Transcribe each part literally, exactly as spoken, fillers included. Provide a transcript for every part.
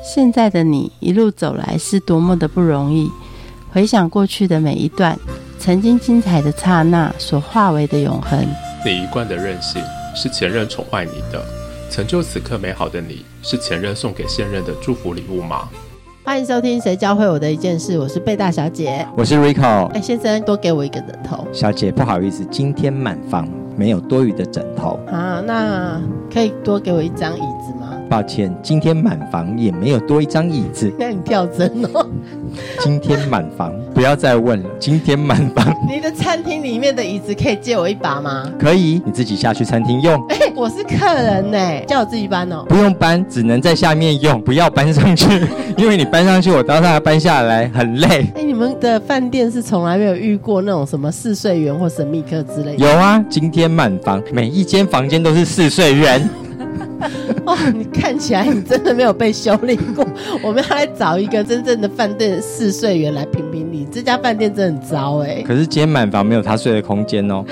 现在的你一路走来是多么的不容易，回想过去的每一段曾经精彩的刹那所化为的永恒。 你一贯的任性是前任宠坏你的，成就此刻美好的你是前任送给现任的祝福礼物吗？ 欢迎收听谁教会我的一件事，我是贝大小姐， 我是 Rico。 哎，先生多给我一个枕头。 小姐不好意思，今天满房没有多余的枕头啊，那可以多给我一张椅子吗？ 抱歉，今天满房也没有多一张椅子。 那你跳针哦。 今天满房，不要再问了，今天满房。 你的餐厅里面的椅子可以借我一把吗？ 可以，你自己下去餐厅用。 哎，我是客人呢，叫我自己搬哦。 不用搬，只能在下面用，不要搬上去。因为你搬上去，我到那搬下来很累。 哎，你们的饭店是从来没有遇过那种什么试睡员或神秘客之类的？ 有啊，今天满房，每一间房间都是试睡员。 哦，你看起来你真的没有被修炼过。我们要来找一个真正的饭店试睡员来评评理，这家饭店真的很糟哎、欸。 可是今天满房没有他睡的空间哦。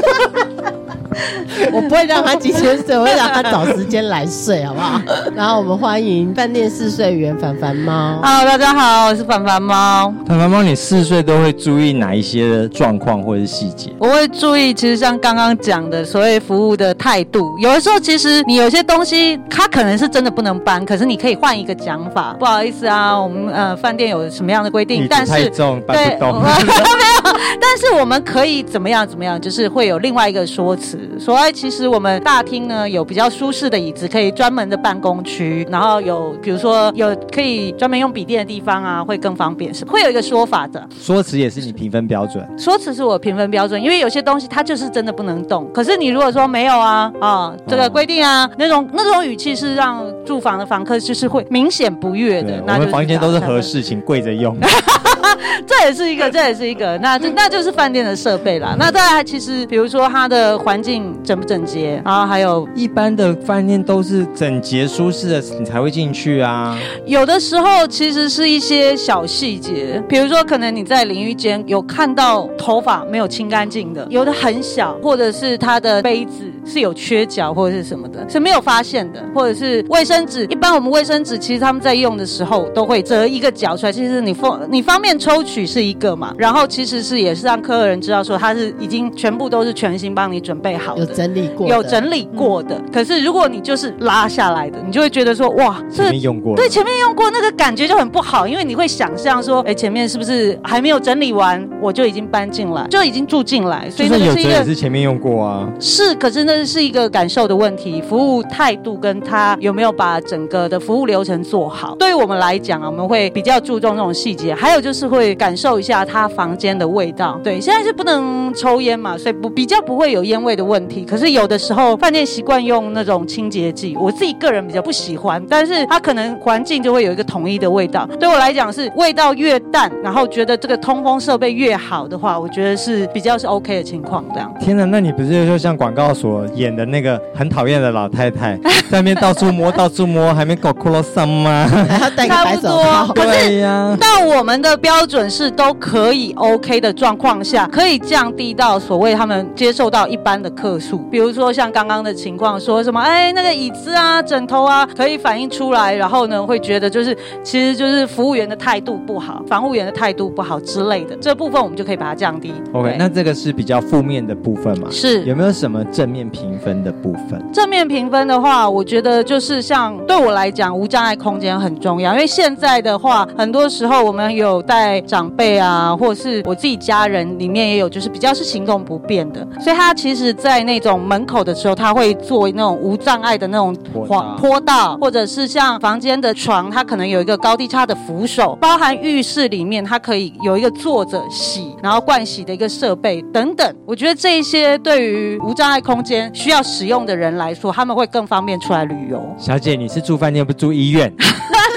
我不会让他今天睡，我会让他找时间来睡，好不好？然后我们欢迎饭店试睡员凡凡猫。 Hello， 大家好，我是凡凡猫。 凡凡猫，你试睡都会注意哪一些状况或者是细节？ 我会注意，其实像刚刚讲的所谓服务的态度，有的时候其实你有些东西它可能是真的不能搬，可是你可以换一个讲法。不好意思啊，我们呃饭店有什么样的规定，但是太重搬不动。 没有，但是我们可以怎么样怎么样，就是会有另外一个说辞。所以其实我们大厅呢有比较舒适的椅子，可以专门的办公区，然后有比如说有可以专门用笔电的地方啊，会更方便，是会有一个说法的。 说辞也是你评分标准？说辞是我评分标准，因为有些东西它就是真的不能动。可是你如果说没有啊啊这个规定啊，那种那种语气是让住房的房客就是会明显不悦的。 我们房间都是合适，请跪着用。 这也是一个，这也是一个，那那就是饭店的设备啦。那再来，其实比如说它的环境整不整洁，然后还有一般的饭店都是整洁舒适的，你才会进去啊。 有的时候其实是一些小细节，比如说可能你在淋浴间有看到头发没有清干净的，有的很小，或者是它的杯子是有缺角或者是什么的，是没有发现的，或者是卫生纸，一般我们卫生纸其实他们在用的时候都会折一个角出来，其实你方你方面抽取是一个嘛，然后其实是也是让客人知道说他是已经全部都是全新帮你准备好的， 有整理过的， 有整理过的、嗯、可是如果你就是拉下来的，你就会觉得说哇， 前面用过， 对，前面用过，那个感觉就很不好，因为你会想象说哎，前面是不是还没有整理完我就已经搬进来，就已经住进来，所以那个是一个，就算有折也是前面用过啊， 是，可是那是一个感受的问题，服务态度跟他有没有把整个的服务流程做好，对于我们来讲啊，我们会比较注重这种细节，还有就是会感受一下他房间的味道。对，现在是不能抽烟嘛，所以不比较不会有烟味的问题，可是有的时候饭店习惯用那种清洁剂，我自己个人比较不喜欢，但是它可能环境就会有一个统一的味道，对我来讲是味道越淡，然后觉得这个通风设备越好的话，我觉得是比较是 OK 的情况这样。 天哪，那你不是就像广告所演的那个很讨厌的老太太在那边到处摸到处摸，还没搞骷髅桑吗？ 还要戴个白手套。 可是到我们的标准是都可以 OK 的状况下，可以降低到所谓他们接受到一般的客诉，比如说像刚刚的情况，说什么哎那个椅子啊枕头啊可以反映出来，然后呢会觉得就是其实就是服务员的态度不好，防务员的态度不好之类的，这部分我们就可以把它降低。 OK， 那这个是比较负面的部分嘛？ 是。 有没有什么正面评分的部分？ 正面评分的话，我觉得就是像对我来讲无障碍空间很重要，因为现在的话很多时候我们有带长辈啊，或者是我自己家人里面也有就是比较是行动不便的，所以他其实在那种门口的时候他会做那种无障碍的那种坡道，或者是像房间的床它可能有一个高低差的扶手，包含浴室里面它可以有一个坐着洗然后盥洗的一个设备等等，我觉得这一些对于无障碍空间需要使用的人来说，他们会更方便出来旅游。 小姐，你是住饭店不住医院？ 但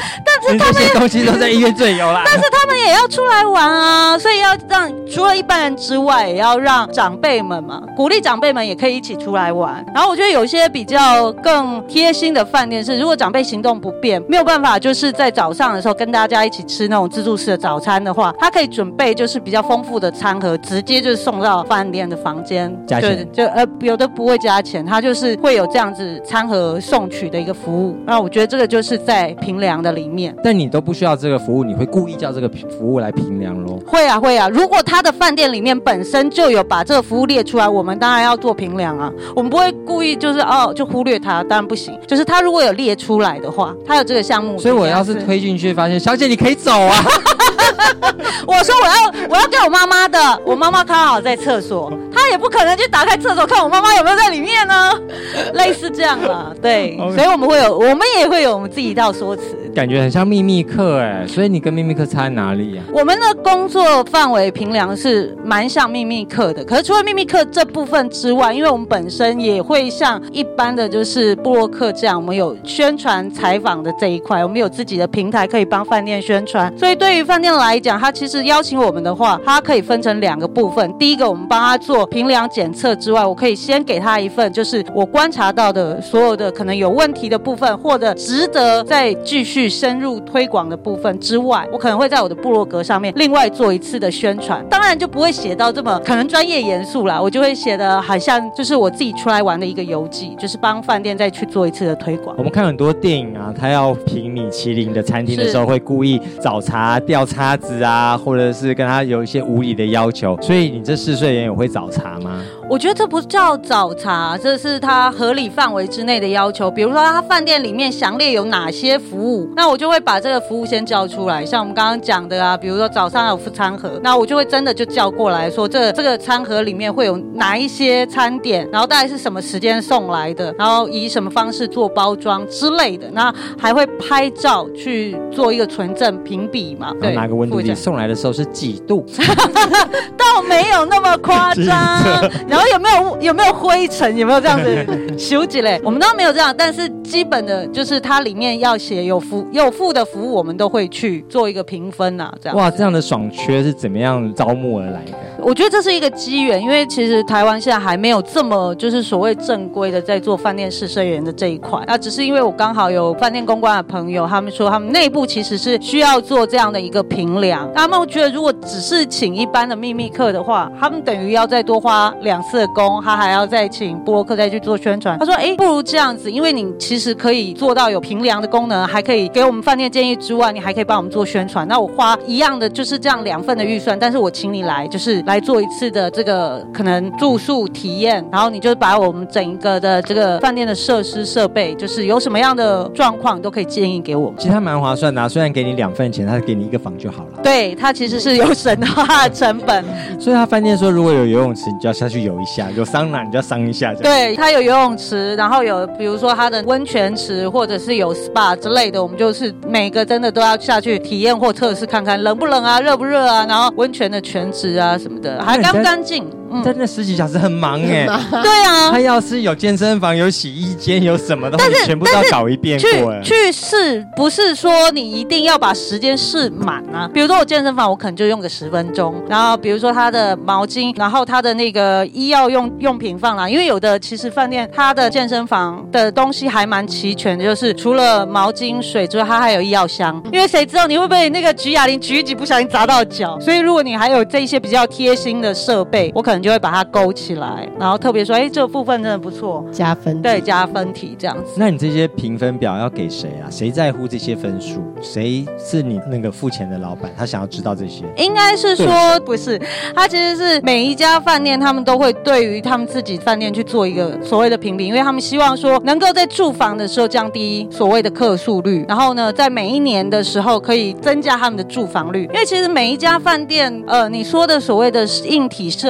你这些东西都在医院最有啦。 但是他们也要出来玩啊，所以要让除了一般人之外，也要让长辈们嘛，鼓励长辈们也可以一起出来玩。然后我觉得有些比较更贴心的饭店是，如果长辈行动不便，没有办法就是在早上的时候跟大家一起吃那种自助式的早餐的话，他可以准备就是比较丰富的餐盒，直接就是送到饭店的房间， 加钱就呃有的不会加钱，他就是会有这样子餐盒送取的一个服务。那我觉得这个就是在评量的里面。 但你都不需要这个服务，你会故意叫这个服务来评量咯？ 会啊会啊，如果他的饭店里面本身就有把这个服务列出来，我们当然要做评量啊，我们不会故意就是哦就忽略它，当然不行。就是他如果有列出来的话，他有这个项目， 所以我要是推进去发现小姐你可以走啊我说我要我要给我妈妈的，我妈妈刚好在厕所，她也不可能去打开厕所看我妈妈有没有在里面呢，类似这样啦，对， okay. 所以我们会有，我们也会有我们自己一套说辞， 感觉很像秘密课哎，所以你跟秘密课差在哪里啊？ 我们的工作范围评量是蛮像秘密课的，可是除了秘密课这部分之外，因为我们本身也会像一般的就是部落客这样，我们有宣传采访的这一块，我们有自己的平台可以帮饭店宣传，所以对于饭店来讲，它其实邀请我们的话，它可以分成两个部分。第一个，我们帮他做评量检测之外，我可以先给他一份就是我观察到的所有的可能有问题的部分，或者值得再继续深入推广的部分之外，我可能会在我的部落格上面另外做一次的宣传，当然就不会写到这么可能专业严肃啦，我就会写的好像就是我自己出来玩的一个游记，就是帮饭店再去做一次的推广。 我们看很多电影啊，他要评米其林的餐厅的时候，会故意找茬掉叉子啊，或者是跟他有一些无理的要求，所以你这试睡员也会找茬吗？ 我觉得这不叫找茬，这是他合理范围之内的要求。比如说他饭店里面详列有哪些服务，那我就会把这个服务先叫出来，像我们刚刚讲的啊，比如说早上有附餐盒，那我就会真的就叫过来说，这这个餐盒里面会有哪一些餐点，然后大概是什么时间送来的，然后以什么方式做包装之类的，那还会拍照去做一个存证评比嘛，对， 哪个温度计送来的时候是几度倒没有那么夸张然后有没有有没有灰尘，有没有这样子修几嘞？我们倒没有这样，但是基本的就是它里面要写有服有付的服务，我们都会去做一个评分啊。这样哇，这样的爽缺是怎么样招募而来的？ 我觉得这是一个机缘，因为其实台湾现在还没有这么就是所谓正规的在做饭店试睡员的这一块，那只是因为我刚好有饭店公关的朋友，他们说他们内部其实是需要做这样的一个评量，他们觉得如果只是请一般的秘密客的话，他们等于要再多花两次的工，他还要再请部落客再去做宣传。他说哎，不如这样子，因为你其实可以做到有评量的功能，还可以给我们饭店建议之外，你还可以帮我们做宣传，那我花一样的就是这样两份的预算，但是我请你来就是来做一次的这个可能住宿体验，然后你就把我们整一个的这个饭店的设施设备，就是有什么样的状况都可以建议给我们。 其实它蛮划算的啊，虽然给你两份钱，他给你一个房就好了。 对，它其实是有省到它的成本。 所以他饭店说，如果有游泳池，你就要下去游一下；有桑拿，你就要桑一下。 对，它有游泳池，然后有比如说它的温泉池，或者是有 S P A 之类的，我们就是每个真的都要下去体验或测试看看冷不冷啊，热不热啊，然后温泉的泉质啊什么的，还干不干净。 但那十几小时很忙哎、 欸，对啊， 他要是有健身房、有洗衣间、有什么的话，你全部都要搞一遍过哎。 去试不是说你一定要把时间试满啊。比如说我健身房，我可能就用个十分钟，然后比如说他的毛巾，然后他的那个医药用用品放啦，因为有的其实饭店他的健身房的东西还蛮齐全的，就是除了毛巾、水之外，它还有医药箱。因为谁知道你会不会那个举哑铃举一举不小心砸到脚，所以如果你还有这一些比较贴心的设备，我可能就会把它勾起来，然后特别说，哎，这个部分真的不错， 加分， 对，加分题这样子。 那你这些评分表要给谁啊？谁在乎这些分数？谁是你那个付钱的老板？他想要知道这些？ 应该是说不是，他其实是每一家饭店，他们都会对于他们自己饭店去做一个所谓的评比，因为他们希望说能够在住房的时候降低所谓的客诉率，然后呢，在每一年的时候可以增加他们的住房率。因为其实每一家饭店，呃，你说的所谓的硬体设备，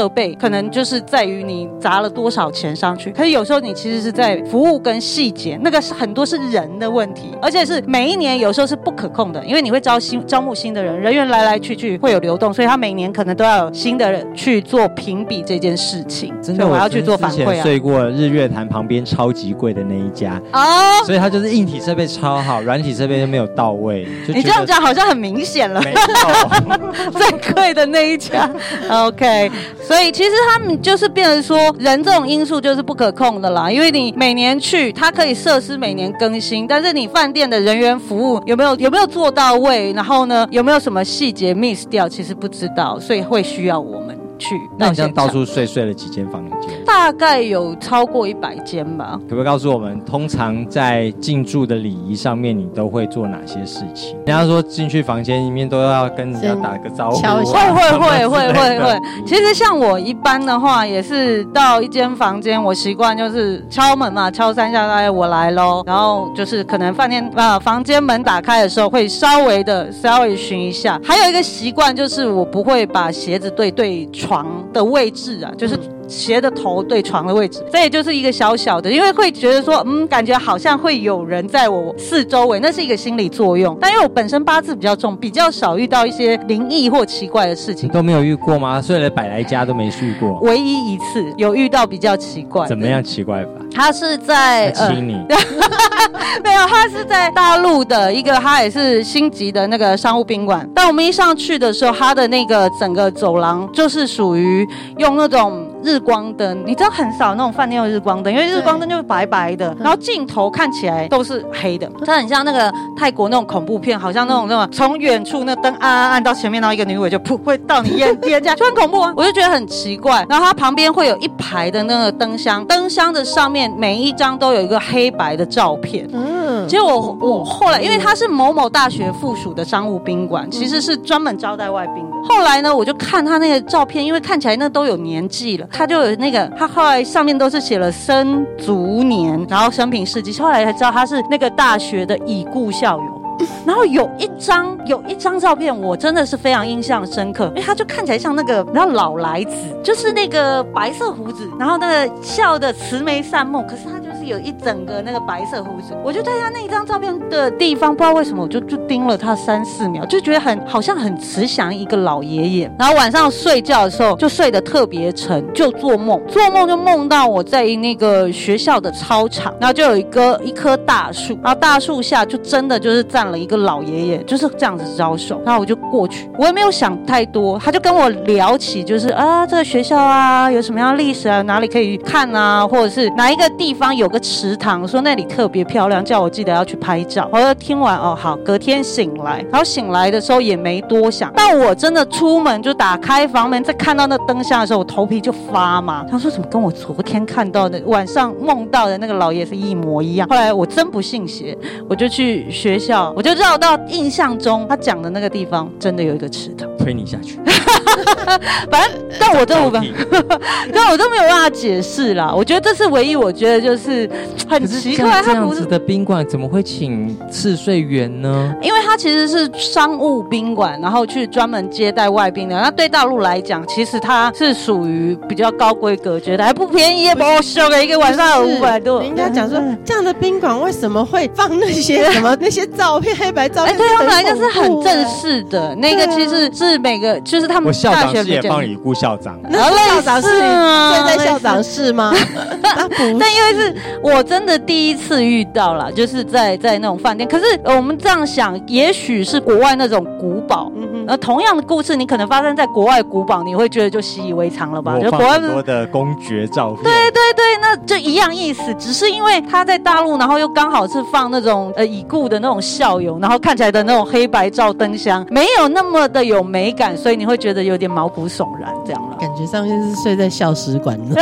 可能就是在于你砸了多少钱上去，可是有时候你其实是在服务跟细节，那个是很多是人的问题，而且是每一年有时候是不可控的，因为你会招新招募新的人，人员来来去去会有流动，所以他每年可能都要有新的人去做评比这件事情。 真的， 我要去做反馈啊。 之前睡过日月潭旁边超级贵的那一家哦， 所以它就是硬体设备超好，软体设备就没有到位。 你这样讲好像很明显了， 没错， 最贵的那一家。OK， 所以其实他们就是变成说，人这种因素就是不可控的啦，因为你每年去，它可以设施每年更新，但是你饭店的人员服务有没有有没有做到位，然后呢有没有什么细节 miss 掉，其实不知道，所以会需要我们去。 那你这样到处睡睡了几间房间？ 大概有超过一百间吧。 可不可以告诉我们，通常在进驻的礼仪上面，你都会做哪些事情？人家说进去房间里面都要跟人家打个招呼、啊， 会会会会会会。其实像我一般的话，也是到一间房间，我习惯就是敲门嘛，敲三下，哎，我来咯。然后就是可能饭店呃房间门打开的时候，会稍微的稍微巡一下。还有一个习惯就是我不会把鞋子对对床的位置啊，就是鞋的头对床的位置，这也就是一个小小的，因为会觉得说，嗯，感觉好像会有人在我四周围，那是一个心理作用。但因为我本身八字比较重，比较少遇到一些灵异或奇怪的事情。 你都没有遇过吗？睡了百来家都没遇过， 唯一一次有遇到比较奇怪。 怎么样奇怪法？ 他是在亲你、 呃、没有，他是在大陆的一个，他也是星级的那个商务宾馆。但我们一上去的时候，他的那个整个走廊就是属于用那种日光灯，你知道很少那种饭店有日光灯，因为日光灯就是白白的，然后镜头看起来都是黑的，它很像那个泰国那种恐怖片，好像那种那种从远处那灯暗暗暗到前面，然后一个女鬼就噗会到你眼眼下，就很恐怖啊！我就觉得很奇怪。然后它旁边会有一排的那个灯箱，灯箱的上面每一张都有一个黑白的照片。嗯，结果我我后来因为它是某某大学附属的商务宾馆，其实是专门招待外宾的。后来呢，我就看他那个照片，因为看起来那都有年纪了，他就有那个，他后来上面都是写了生卒年，然后生平事迹，后来才知道他是那个大学的已故校友。然后有一张有一张照片，我真的是非常印象深刻，因为他就看起来像那个，然后老来子，就是那个白色胡子，然后那个笑的慈眉善目，可是他就是有一整个那个白色胡子。我就在他那一张照片的地方，不知道为什么，我就就盯了他三四秒，就觉得很好像很慈祥一个老爷爷。然后晚上睡觉的时候就睡得特别沉，就做梦，做梦就梦到我在那个学校的操场，然后就有一个一棵大树，然后大树下就真的就是站了一个老爷爷，就是这样子招手，然后我就过去，我也没有想太多，他就跟我聊起，就是啊这个学校啊有什么样的历史啊，哪里可以看啊，或者是哪一个地方有个池塘，说那里特别漂亮，叫我记得要去拍照。我就听完哦好，隔天醒来，然后醒来的时候也没多想，但我真的出门就打开房门，再看到那灯箱的时候，我头皮就发麻，他说怎么跟我昨天看到的晚上梦到的那个老爷是一模一样。后来我真不信邪，我就去学校，我就绕到印象中他讲的那个地方真的有一个池塘， 推你下去。 反正但我真的但我都没有办法解释啦。我觉得这是唯一我觉得就是很奇怪， 这样子的宾馆怎么会请次睡员呢？ 因为它其实是商务宾馆，然后去专门接待外宾的。那对大陆来讲，其实它是属于比较高规格，觉得还不便宜，把我收个一个晚上有五百多。 人家讲说这样的宾馆为什么会放那些什么那些照片，黑白照片？ 哎，对他们来讲是很正式的。那个其实是每个就是他们校长室也放已故校长， 那校长室睡在校长室吗？ 但因为是我真的第一次遇到啦，就是在在那种饭店。可是我们这样想，也许是国外那种古堡，嗯哼，同样的故事，你可能发生在国外古堡，你会觉得就习以为常了吧？ 我放很多的公爵照片， 对对对，那就一样意思，只是因为他在大陆，然后又刚好是放那种呃已故的那种校友，然后看起来的那种黑白照灯箱，没有那么的有美感，所以你会觉得有点毛骨悚然这样了。 感觉上就是睡在校史馆差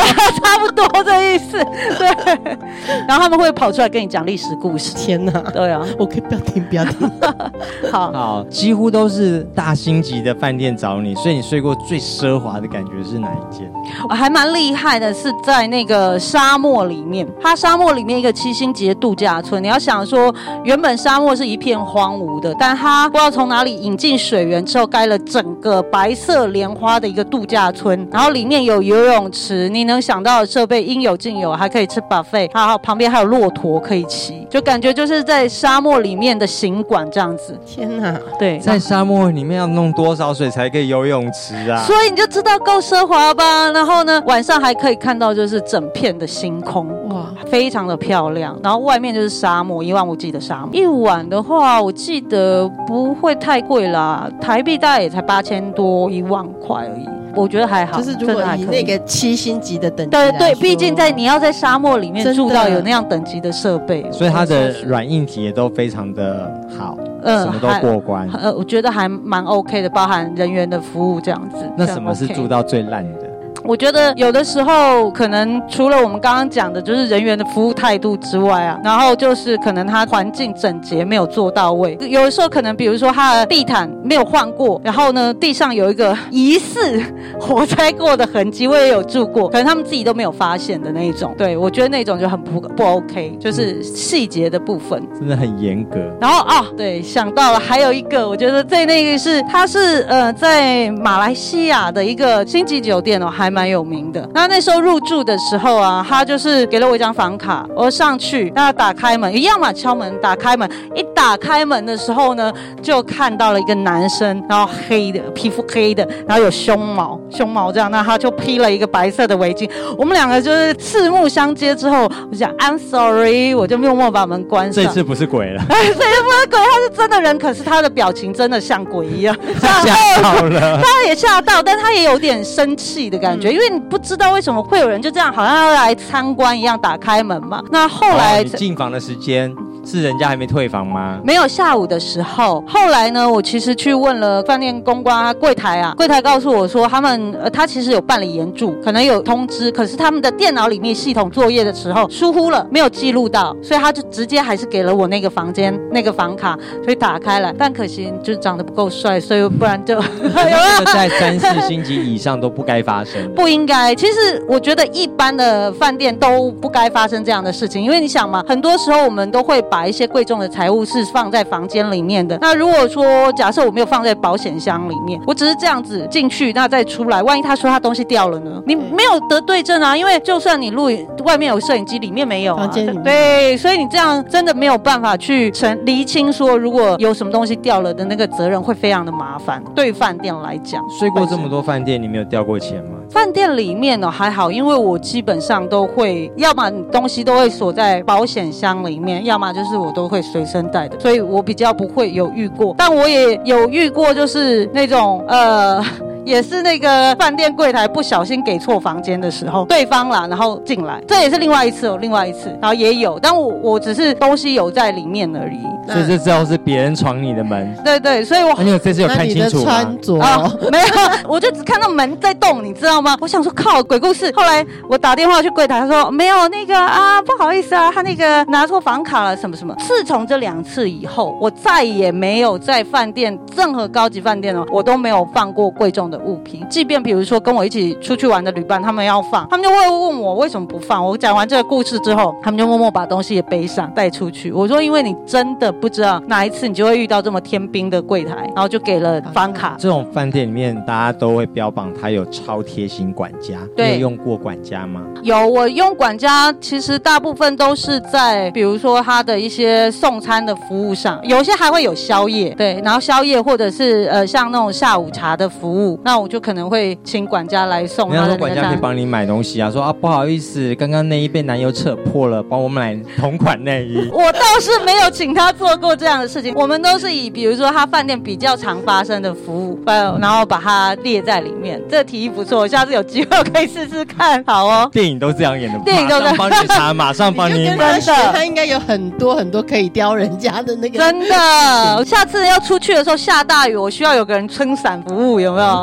差不多这意思。对，然后他们会跑出来跟你讲历史故事。 天哪， 对啊， 我可以不要听，不要听。 好， 好，几乎都是大星级的饭店找你，所以你睡过最奢华的感觉是哪一间？ 我还蛮厉害的，是在那个沙漠里面。它沙漠里面一个七星级的度假村，你要想说，原本沙漠是一片荒芜的，但它不知道从哪里引进水源之后，盖了整个白色莲花的一个度假村，然后里面有游泳池，你能想到的设备应有尽有，还可以吃 buffet， 还有旁边还有骆驼可以骑，就感觉就是在沙漠里面的行馆这样子。 天哪， 对， 在沙漠里面要弄多少水才可以游泳池啊？ 所以你就知道够奢华吧。然后呢，晚上还可以看到就是整片的星空，哇，非常的漂亮。然后外面就是沙漠，一望无际的沙漠。一晚的话，我记得不会太贵啦，台币大概也才八千多一万块而已。我觉得还好， 就是如果以那个七星级的等级对对，毕竟在你要在沙漠里面住到有那样等级的设备， 所以它的软硬体也都非常的好，嗯，什么都过关。 呃，我觉得还蛮 OK 的，包含人员的服务这样子。 那什么是住到最烂的？ 我觉得有的时候可能除了我们刚刚讲的就是人员的服务态度之外啊，然后就是可能它环境整洁没有做到位，有的时候可能比如说它的地毯没有换过，然后呢地上有一个疑似火灾过的痕迹，我也有住过，可能他们自己都没有发现的那一种。对，我觉得那种就很不不 OK， 就是细节的部分真的很严格。 然后啊、哦，对，想到了还有一个，我觉得在那个是它是呃在马来西亚的一个星级酒店哦，还蛮有名的。那那时候入住的时候啊，他就是给了我一张房卡，我上去，那打开门一样嘛，敲门，打开门，一打开门的时候呢，就看到了一个男生，然后黑的皮肤黑的，然后有胸毛，胸毛这样，那他就披了一个白色的围巾，我们两个就是四目相接之后，我讲 I'm sorry， 我就默默把门关上。 这次不是鬼了， 这次不是鬼，他是真的人，可是他的表情真的像鬼一样， 吓到了， 他也吓到，但他也有点生气的感觉，嗯、因为你不知道为什么会有人就这样，好像要来参观一样打开门嘛。那后来、 哦、你进房的时间是人家还没退房吗？ 没有，下午的时候。后来呢，我其实去问了饭店公关柜台啊，柜台告诉我说，他们呃，他其实有办理延住，可能有通知，可是他们的电脑里面系统作业的时候疏忽了，没有记录到，所以他就直接还是给了我那个房间那个房卡，所以打开来，但可惜就长得不够帅，所以不然就这个在三四星级以上都不该发生， 不应该。其实我觉得一般的饭店都不该发生这样的事情，因为你想嘛，很多时候我们都会把一些贵重的财物是放在房间里面的。那如果说假设我没有放在保险箱里面，我只是这样子进去，那再出来，万一他说他东西掉了呢？你没有得对证啊，因为就算你录影外面有摄影机，里面没有、啊， 房间里面对，所以你这样真的没有办法去成厘清说，如果有什么东西掉了的那个责任会非常的麻烦，对饭店来讲。 睡过这么多饭店，你没有掉过钱吗？ 饭店里面呢、哦、还好，因为我基本上都会，要么东西都会锁在保险箱里面，要么就是我都会随身带的，所以我比较不会有遇过。但我也有遇过，就是那种呃。也是那个饭店柜台不小心给错房间的时候，对方啦，然后进来，这也是另外一次哦，另外一次，然后也有，但我我只是东西有在里面而已， 所以这之后是别人闯你的门， 对对，所以我， 那、啊、你这次有看清楚吗？ 穿着啊，没有，我就只看到门在动，你知道吗？我想说靠，鬼故事。后来我打电话去柜台，他说没有那个啊，不好意思啊，他那个拿错房卡了，什么什么。自从这两次以后，我再也没有在饭店任何高级饭店哦，我都没有放过贵重的物品，即便比如说跟我一起出去玩的旅伴，他们要放，他们就会问我为什么不放。我讲完这个故事之后，他们就默默把东西也背上带出去。我说因为你真的不知道哪一次你就会遇到这么天兵的柜台，然后就给了房卡。 这种饭店里面大家都会标榜它有超贴心管家，你有用过管家吗？ 有，我用管家其实大部分都是在比如说他的一些送餐的服务上，有些还会有宵夜，对，然后宵夜或者是呃像那种下午茶的服务，那我就可能会请管家来送他的那个餐。 人家说管家可以帮你买东西啊，说啊不好意思，刚刚内衣被男友扯破了，帮我们买同款内衣。 我倒是没有请他做过这样的事情，我们都是以比如说他饭店比较常发生的服务，然后把它列在里面。这个提议不错，下次有机会我可以试试看。好哦， 电影都这样演的， 电影都这样， 马上帮你查，马上帮你买。 真的，他应该有很多很多可以刁人家的那个。 真的，下次要出去的时候下大雨，我需要有个人撑伞服务，有没有？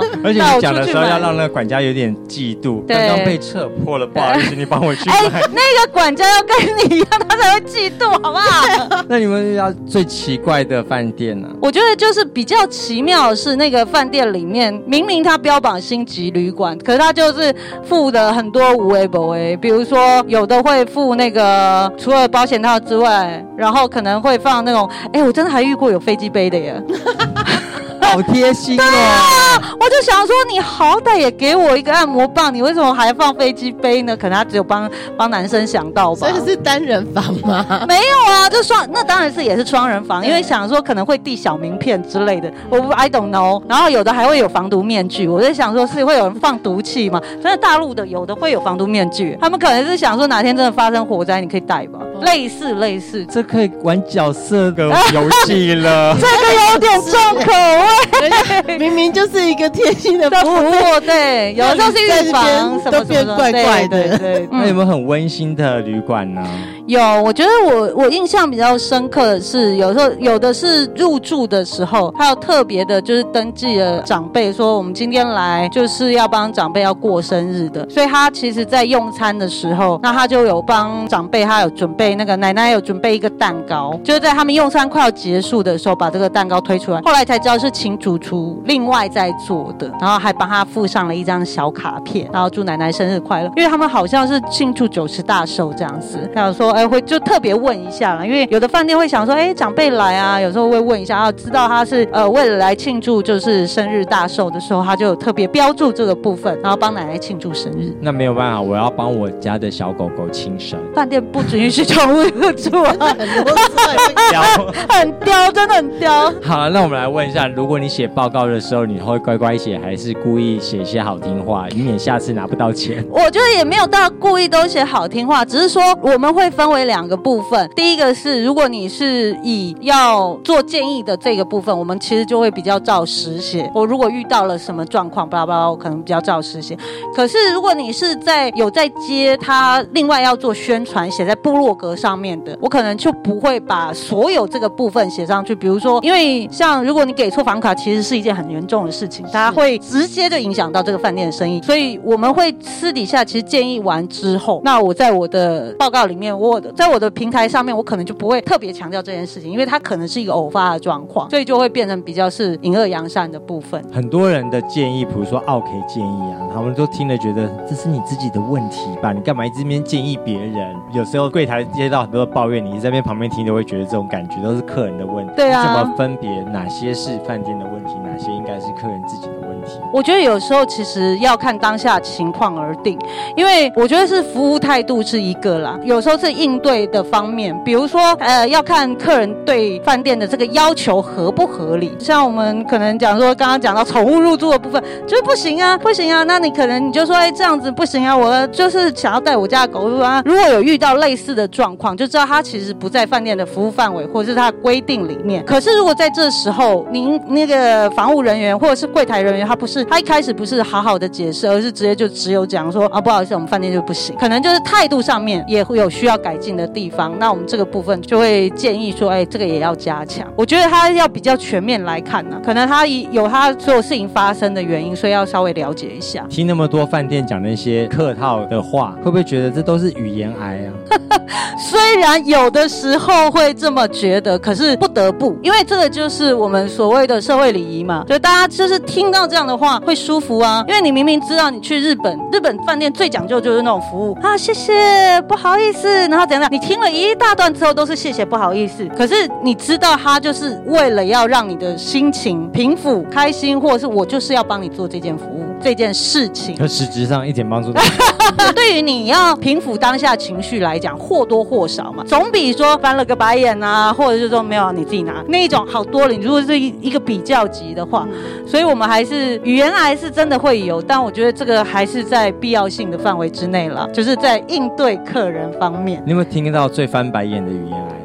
而且你讲的时候要让那个管家有点嫉妒，刚刚被撤破了，不好意思，你帮我去买。 哎，那个管家要跟你一样，他才会嫉妒，好不好？ 那你们遇到最奇怪的饭店呢？ 我觉得就是比较奇妙的是，那个饭店里面明明它标榜星级旅馆，可是它就是附的很多无为不为，比如说有的会附那个除了保险套之外，然后可能会放那种，哎，我真的还遇过有飞机杯的耶。 好贴心哦！ 对啊，我就想说，你好歹也给我一个按摩棒，你为什么还放飞机杯呢？可能他只有帮帮男生想到吧。 所以是单人房吗？ 没有啊，就双，那当然是也是双人房，因为想说可能会递小名片之类的，我 I don't know。然后有的还会有防毒面具，我在想说是会有人放毒气吗？真的大陆的有的会有防毒面具，他们可能是想说哪天真的发生火灾，你可以戴吧，哦、类似类似。 这可以玩角色的游戏了， 这个有点重口味。 明明就是一个贴心的服务，对，有的时候是预防什么都变怪怪的。 对对对， 那有没有很温馨的旅馆呢？ 有，我觉得我我印象比较深刻的是，有时候有的是入住的时候，还有特别的，就是登记了长辈说我们今天来就是要帮长辈要过生日的，所以他其实在用餐的时候，那他就有帮长辈，他有准备那个奶奶有准备一个蛋糕，就是在他们用餐快要结束的时候把这个蛋糕推出来，后来才知道是请主厨另外在做的，然后还帮他附上了一张小卡片，然后祝奶奶生日快乐，因为他们好像是庆祝九十大寿这样子，他有说哎会就特别问一下啦，因为有的饭店会想说哎长辈来啊，有时候会问一下，啊知道他是呃为了来庆祝就是生日大寿的时候，他就有特别标注这个部分，然后帮奶奶庆祝生日。 那没有办法，我要帮我家的小狗狗庆生， 饭店不允许宠物入住啊， 很多岁刁， 很刁，真的很刁。 好，那我们来问一下，如果你写报告的时候，你会乖乖写，还是故意写一些好听话，以免下次拿不到钱？ 我觉得也没有到故意都写好听话，只是说我们会分为两个部分。第一个是，如果你是以要做建议的这个部分，我们其实就会比较照实写。我如果遇到了什么状况，巴拉巴拉，我可能比较照实写。可是如果你是在有在接他另外要做宣传，写在部落格上面的，我可能就不会把所有这个部分写上去。比如说，因为像如果你给错房卡，其实是一件很严重的事情，大家会直接就影响到这个饭店的生意，所以我们会私底下其实建议完之后，那我在我的报告里面，我在我的平台上面，我可能就不会特别强调这件事情，因为它可能是一个偶发的状况，所以就会变成比较是隐恶扬善的部分。 很多人的建议，比如说奥 K 建议啊，他们都听了觉得这是你自己的问题吧，你干嘛一直边建议别人？有时候柜台接到很多的抱怨，你在那边旁边听都会觉得这种感觉都是客人的问题。 对啊， 你怎么分别哪些是饭店的问题，哪些应该是客人自己的问题？ 我觉得有时候其实要看当下情况而定，因为我觉得是服务态度是一个啦，有时候是应对的方面，比如说呃要看客人对饭店的这个要求合不合理。像我们可能讲说刚刚讲到宠物入住的部分，就是不行啊不行啊，那你可能你就说哎这样子不行啊，我就是想要带我家的狗入啊。如果有遇到类似的状况，就知道他其实不在饭店的服务范围或者是他的规定里面。可是如果在这时候您那个房务人员或者是柜台人员，他不是他一开始不是好好的解释，而是直接就只有讲说啊不好意思我们饭店就不行，可能就是态度上面也会有需要改进的地方，那我们这个部分就会建议说哎这个也要加强。我觉得他要比较全面来看呢、啊，可能他有他所有事情发生的原因，所以要稍微了解一下。 听那么多饭店讲那些客套的话，会不会觉得这都是语言癌啊？ 虽然有的时候会这么觉得，可是不得不，因为这个就是我们所谓的社会礼仪嘛，所以大家就是听到这样的话会舒服啊。因为你明明知道你去日本，日本饭店最讲究就是那种服务啊，谢谢不好意思，然后怎样，你听了一大段之后都是谢谢不好意思，可是你知道他就是为了要让你的心情平复开心，或者是我就是要帮你做这件服务这件事情， 可实质上一点帮助都没有。对于你要平复当下情绪来讲，或多或少嘛，总比说翻了个白眼啊，或者是说没有你自己拿那一种好多了。你如果是一个比较级的话，嗯、所以我们还是语言癌是真的会有，但我觉得这个还是在必要性的范围之内了，就是在应对客人方面。 你有没有听到最翻白眼的语言癌？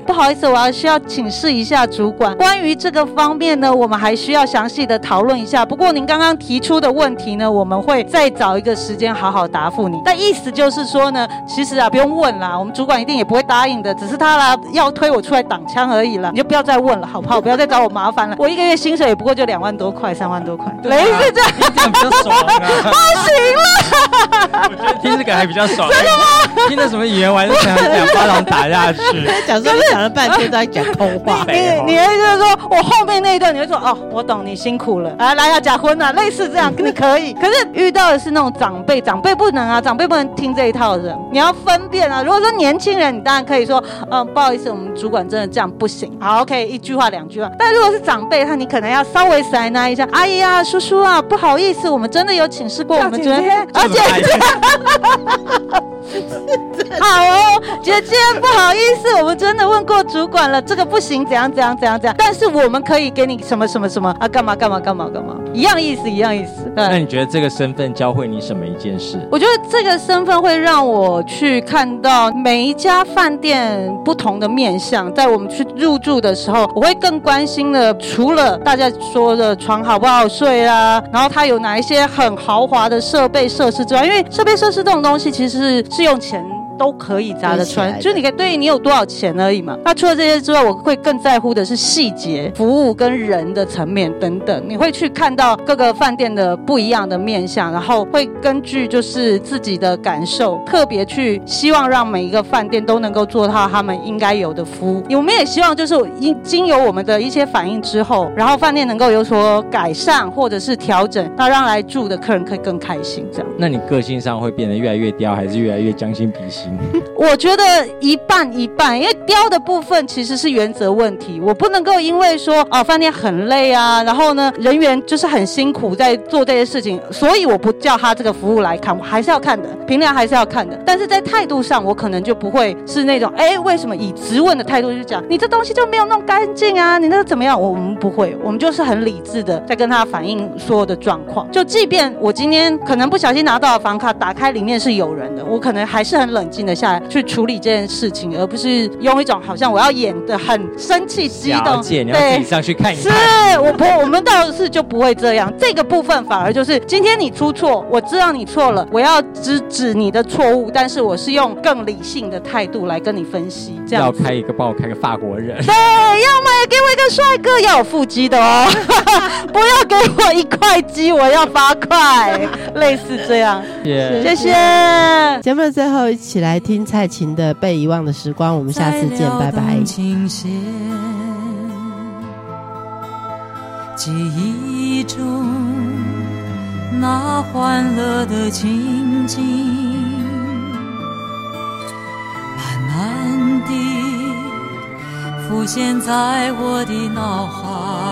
不好意思，我要需要请示一下主管，关于这个方面呢，我们还需要详细的讨论一下。不过您刚刚提出的问题呢，我们会再找一个时间好好答复你。但意思就是说呢，其实啊不用问啦，我们主管一定也不会答应的，只是他啦要推我出来挡枪而已啦。你就不要再问了，好不好？不要再找我麻烦了。我一个月薪水也不过就两万多块、三万多块，类似这样， 听这样比较爽啊！ 不行了， 我觉得听这个还比较爽。真的吗？听的什么语言，我还是想两巴掌打下去。 讲说你讲了半天都在讲空话。 你你的意思是说我后面那一段你会说哦，我懂你辛苦了，来来要假婚啊，类似这样，你可以。可是遇到的是那种长辈，长辈不能啊，长辈不能听这一套的人，你要分辨啊。如果说年轻人，你当然可以说，嗯，不好意思，我们主管真的这样不行。好 ，OK， 一句话两句话。但如果是长辈，他你可能要稍微塞纳一下，阿姨啊，叔叔啊，不好意思，我们真的有请示过我们昨天，而且。好哦，姐姐不好意思，我们真的问过主管了，这个不行，怎样怎样怎样怎样，但是我们可以给你什么什么什么啊，干嘛干嘛干嘛干嘛，一样意思一样意思。对， 那你觉得这个身份教会你什么一件事？ 我觉得这个身份会让我去看到每一家饭店不同的面向，在我们去入住的时候，我会更关心的，除了大家说的床好不好睡啊，然后它有哪一些很豪华的设备设施之外，因为设备设施这种东西其实是是用钱都可以砸得穿，就是你可以对你有多少钱而已嘛。那除了这些之外，我会更在乎的是细节、服务跟人的层面等等。你会去看到各个饭店的不一样的面向，然后会根据就是自己的感受，特别去希望让每一个饭店都能够做到他们应该有的服务。我们也希望就是经由我们的一些反应之后，然后饭店能够有所改善或者是调整，那让来住的客人可以更开心。这样，那你个性上会变得越来越刁，还是越来越将心比心？ 我觉得一半一半，因为刁的部分其实是原则问题，我不能够因为说哦饭店很累啊，然后呢人员就是很辛苦在做这些事情，所以我不叫他这个服务来看，我还是要看的，评量还是要看的。但是在态度上，我可能就不会是那种哎为什么以质问的态度去讲，你这东西就没有弄干净啊，你那个怎么样？我们不会，我们就是很理智的在跟他反映所有的状况。就即便我今天可能不小心拿到了房卡，打开里面是有人的，我可能还是很冷静的下来去处理这件事情，而不是用一种好像我要演的很生气激动， 你要自己上去看一看。 是我不，我们倒是就不会这样。这个部分反而就是今天你出错，我知道你错了，我要制止你的错误，但是我是用更理性的态度来跟你分析。这样要开一个，帮我开个法国人。 对，要么也给我一个帅哥，要有腹肌的哦，不要给我一块肌，我要八块，类似这样。 Yeah. 谢谢。 节目的最后，一起来听蔡琴的《被遗忘的时光》，我们下次见，拜拜。 记忆中那欢乐的情景，慢慢地浮现在我的脑海。